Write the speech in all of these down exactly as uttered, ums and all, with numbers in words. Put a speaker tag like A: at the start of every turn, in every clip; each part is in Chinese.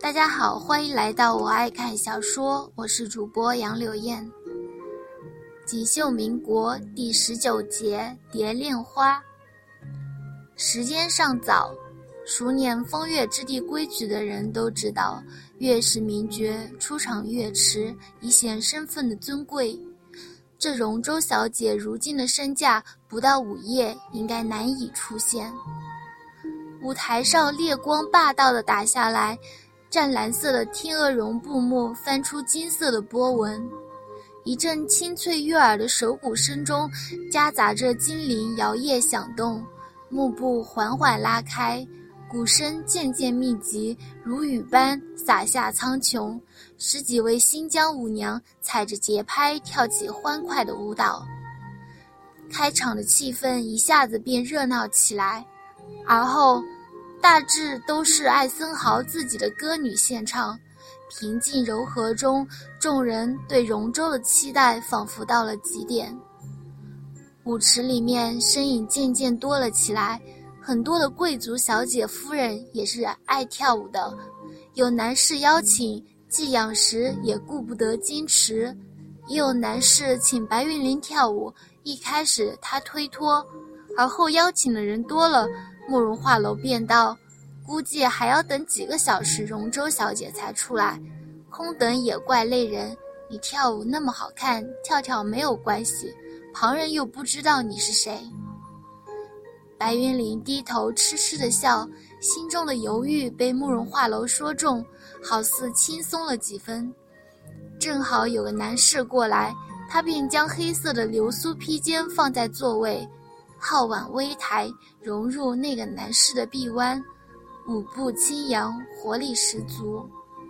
A: 大家好，欢迎来到我爱看小说，我是主播杨柳燕。锦绣民国第十九节蝶恋花。时间尚早，熟念风月之地规矩的人都知道，越是名角出场越迟，以显身份的尊贵。这荣州小姐如今的身价不到午夜应该难以出现。舞台上烈光霸道地打下来，湛蓝色的天鹅绒布幕翻出金色的波纹，一阵清脆悦耳的手鼓声中夹杂着精灵摇曳响动，幕布缓缓拉开，鼓声渐渐密集，如雨般洒下苍穹，十几位新疆舞娘踩着节拍跳起欢快的舞蹈。开场的气氛一下子便热闹起来，而后大致都是艾森豪自己的歌女献唱，平静柔和中，众人对荣州的期待仿佛到了极点。舞池里面身影渐渐多了起来，很多的贵族小姐夫人也是爱跳舞的，有男士邀请，寄养时也顾不得矜持，也有男士请白云林跳舞，一开始他推脱，而后邀请的人多了，慕容画楼便道，估计还要等几个小时荣州小姐才出来，空等也怪累人，你跳舞那么好看，跳跳没有关系，旁人又不知道你是谁。白云林低头痴痴地笑，心中的犹豫被慕容画楼说中，好似轻松了几分。正好有个男士过来，他便将黑色的流苏披肩放在座位，皓腕微抬，融入那个男士的臂弯，舞步轻扬，活力十足。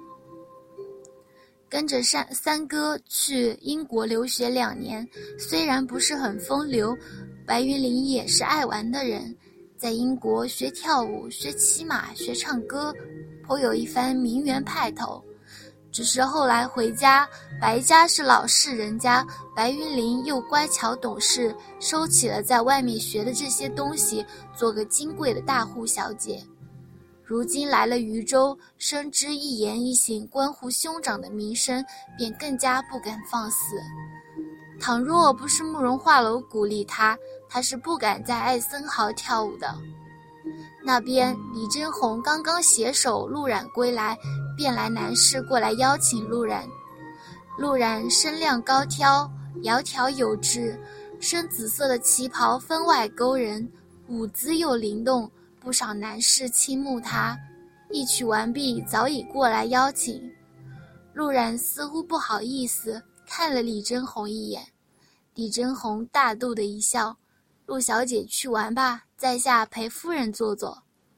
A: 跟着三三哥去英国留学两年，虽然不是很风流，白云林也是爱玩的人，在英国学跳舞，学骑马，学唱歌，颇有一番名媛派头。只是后来回家，白家是老式人家，白云林又乖巧懂事，收起了在外面学的这些东西，做个金贵的大户小姐。如今来了渝州，深知一言一行关乎兄长的名声，便更加不敢放肆。倘若不是慕容画楼鼓励他，他是不敢在艾森豪跳舞的。那边李真红刚刚携手陆染归来，便来男士过来邀请陆染。陆染身量高挑，窈窕有致，深紫色的旗袍分外勾人，舞姿又灵动，不少男士倾慕他。一曲完毕，早已过来邀请。陆染似乎不好意思，看了李真红一眼。李真红大度的一笑，陆小姐去玩吧，在下陪夫人坐坐。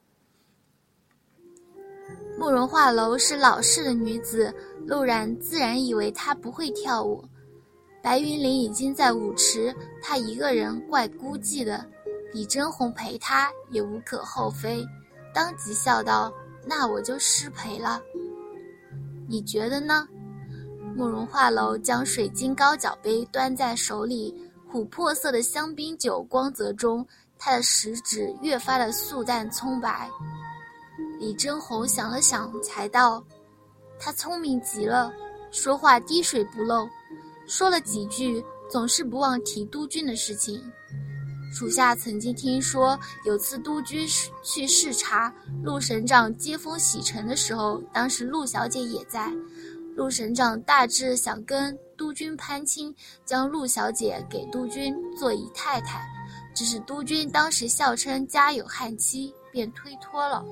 A: 慕容画楼是老式的女子，陆染自然以为她不会跳舞。白云林已经在舞池，她一个人怪孤寂的，李真红陪她也无可厚非，当即笑道，那我就失陪了。你觉得呢？慕容画楼将水晶高脚杯端在手里，琥珀色的香槟酒光泽中，他的食指越发的素淡葱白。李真红想了想才道，他聪明极了，说话滴水不漏，说了几句总是不忘提督军的事情。属下曾经听说，有次督军去视察，陆省长接风洗尘的时候，当时陆小姐也在。陆省长大致想跟督军攀亲，将陆小姐给督军做姨太太，只是督军当时笑称家有悍妻，便推脱了。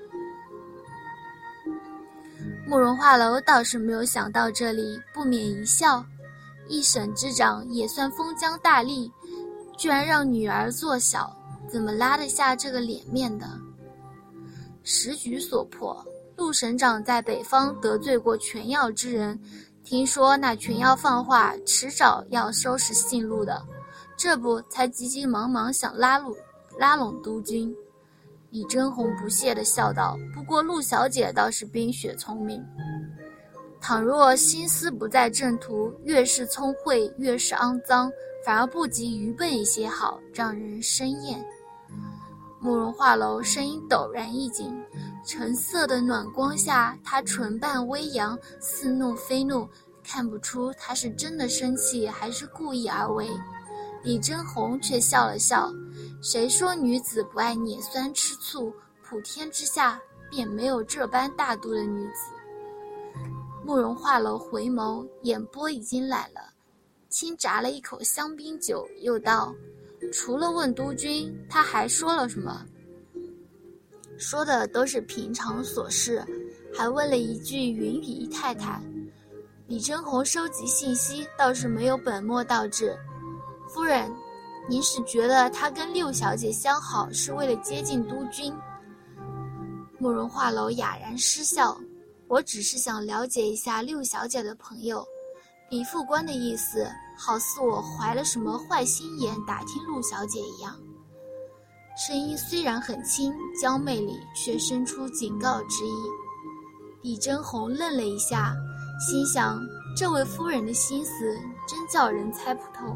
A: 慕容画楼倒是没有想到这里，不免一笑，一省之长也算封疆大吏，居然让女儿做小，怎么拉得下这个脸面的？时局所迫，陆省长在北方得罪过权要之人，听说那权要放话，迟早要收拾信陆的，这不才急急忙忙想拉拢拉拢督军。李真红不屑地笑道，不过陆小姐倒是冰雪聪明，倘若心思不在正途，越是聪慧越是肮脏，反而不及愚笨一些好，让人生厌。慕容画楼声音陡然一紧， 橙色的暖光下，她唇瓣微扬，似怒非怒，看不出她是真的生气还是故意而为。李真红却笑了笑，谁说女子不爱碾酸吃醋，普天之下便没有这般大度的女子。慕容画楼回眸，眼波已经懒了，轻咂了一口香槟酒，又道：除了问督军，他还说了什么？说的都是平常琐事，还问了一句云姨太太。李真红收集信息倒是没有本末倒置。夫人，您是觉得他跟六小姐相好是为了接近督军？慕容画楼哑然失笑，我只是想了解一下六小姐的朋友。李副官的意思好似我怀了什么坏心眼打听陆小姐一样。声音虽然很轻，娇媚里却生出警告之意。李真红愣了一下，心想这位夫人的心思真叫人猜不透。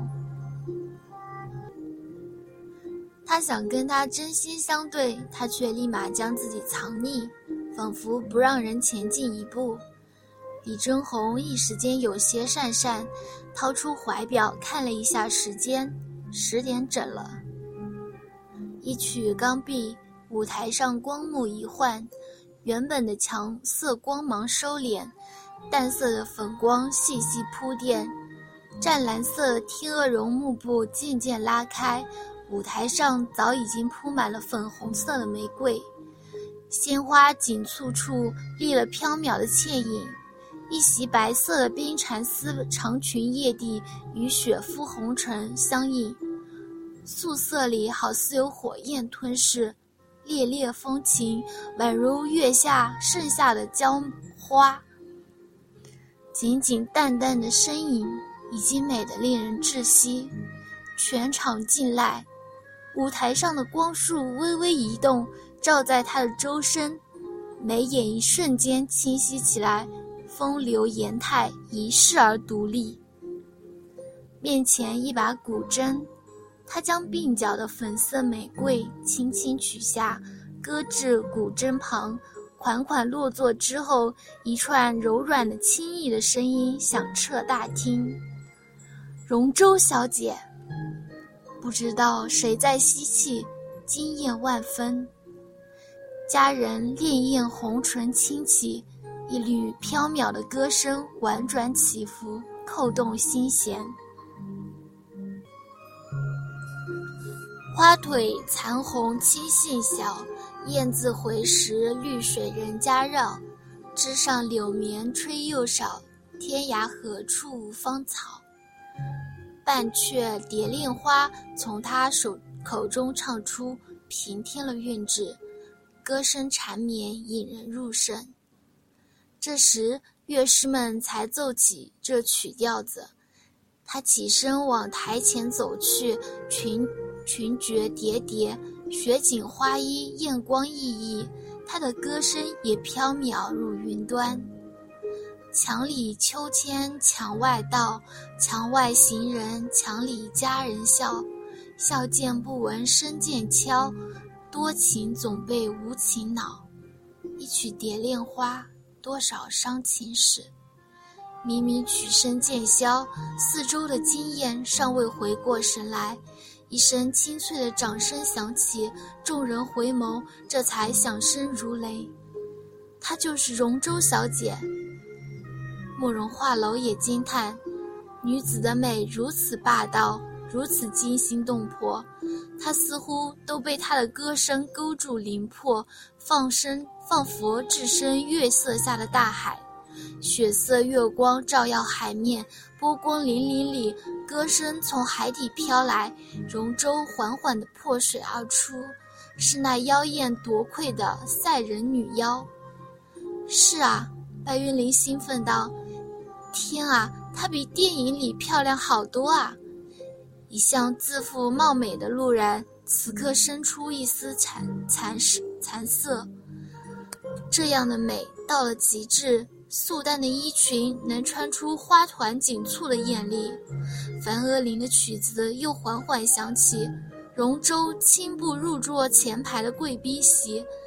A: 他想跟他真心相对，他却立马将自己藏匿，仿佛不让人前进一步。李真红一时间有些讪讪，掏出怀表看了一下时间，十点整了。一曲刚毕，舞台上光幕一换，原本的墙色光芒收敛，淡色的粉光细细铺垫，湛蓝色的天鹅绒幕布渐渐拉开，舞台上早已经铺满了粉红色的玫瑰，鲜花紧簇处立了飘渺的倩影，一袭白色的冰蚕丝长裙曳地与雪肤红唇相映，素色里好似有火焰吞噬，烈烈风情宛如月下盛夏的娇花。仅仅淡淡的身影已经美得令人窒息。全场静赖，舞台上的光束微微移动，照在他的周身，眉眼一瞬间清晰起来，风流颜态一世而独立。面前一把古筝，他将鬓角的粉色玫瑰轻轻取下，搁至古筝旁，款款落座之后，一串柔软的轻易的声音响彻大厅。容州小姐。不知道谁在吸气，惊艳万分。佳人潋滟红唇轻启，一缕飘渺的歌声婉转起伏，扣动心弦。花腿残红青杏小，燕子回时绿水人家绕。枝上柳绵吹又少，天涯何处无芳草。半阙蝶恋花从他手口中唱出，平添了韵致，歌声缠绵，引人入胜。这时乐师们才奏起这曲调子，他起身往台前走去，裙裙角叠叠，雪景花衣，艳光熠熠，他的歌声也飘渺入云端。墙里秋千墙外道，墙外行人墙里佳人笑。笑渐不闻声渐悄，多情总被无情恼。一曲蝶恋花，多少伤情史。明明曲声渐消，四周的惊艳尚未回过神来，一声清脆的掌声响起，众人回眸，这才响声如雷。她就是容州小姐。慕容画楼也惊叹，女子的美如此霸道，如此惊心动魄，她似乎都被她的歌声勾住灵魄，放声放佛置身月色下的大海。血色月光照耀海面，波光粼粼里，歌声从海底飘来，容舟缓缓地破水而出，是那妖艳夺魁的赛人女妖。是啊，白云林兴奋道，天啊，她比电影里漂亮好多啊！一向自负貌美的陆然，此刻生出一丝残残残色。这样的美到了极致，素淡的衣裙能穿出花团锦簇的艳丽。梵婀琳的曲子又缓缓响起，容舟轻步入座前排的贵宾席，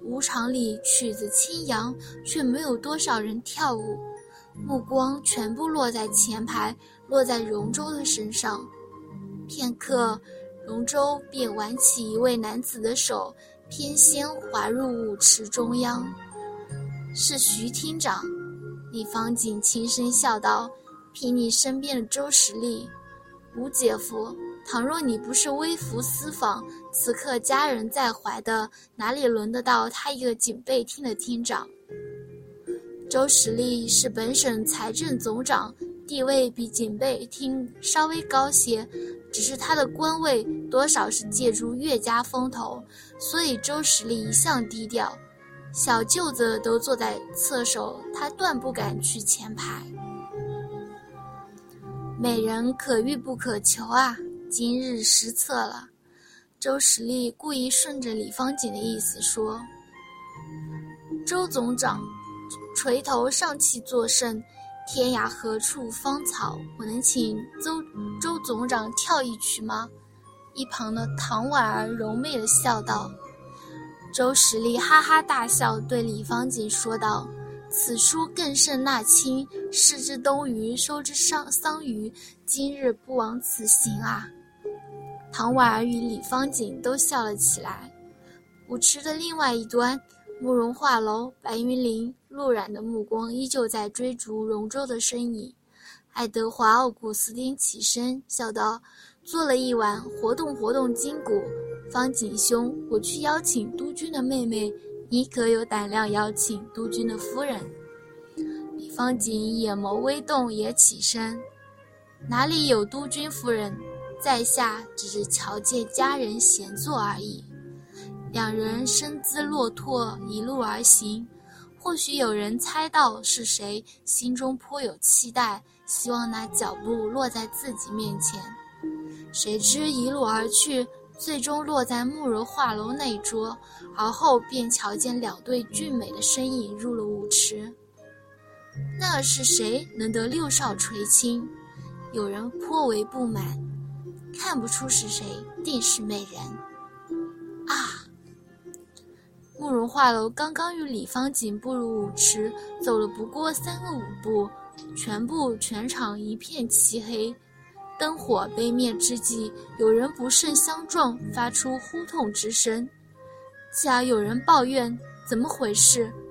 A: 舞场里曲子轻扬，却没有多少人跳舞，目光全部落在前排，落在容州的身上。片刻，容州便挽起一位男子的手，翩跹滑入舞池中央。是徐厅长。李方锦轻声笑道：凭你身边的周实力，吴姐夫，倘若你不是微服私访，此刻家人在怀的，哪里轮得到他一个警备厅的厅长？周实力是本省财政总长，地位比警备厅稍微高些，只是他的官位多少是借助岳家风头，所以周实力一向低调。小舅子都坐在侧首，他断不敢去前排。美人可遇不可求啊，今日失策了。周实力故意顺着李方锦的意思说：周总长，垂头丧气作甚，天涯何处芳草，我能请周周总长跳一曲吗？一旁的唐婉儿柔媚地笑道。周实力哈哈大笑，对李方锦说道：此书更胜纳卿，失之东隅，收之桑桑榆，今日不枉此行啊。唐婉儿与李方锦都笑了起来。舞池的另外一端，慕容画楼、白云林、陆冉的目光依旧在追逐容州的身影。爱德华·奥古斯丁起身笑道：做了一晚，活动活动筋骨。方锦兄，我去邀请督军的妹妹，你可有胆量邀请督军的夫人？李方锦眼眸微动，也起身。哪里有督军夫人，在下只是瞧见家人闲坐而已。两人身姿落拓，一路而行。或许有人猜到是谁，心中颇有期待，希望那脚步落在自己面前。谁知一路而去，最终落在慕容画楼那一桌，而后便瞧见两对俊美的身影入了舞池。那是谁能得六少垂青？有人颇为不满，看不出是谁，定是美人啊！慕容画楼刚刚与李方锦步入舞池，走了不过三个舞步，全部全场一片漆黑。灯火被灭之际，有人不慎相撞，发出呼痛之声。继而有人抱怨：怎么回事？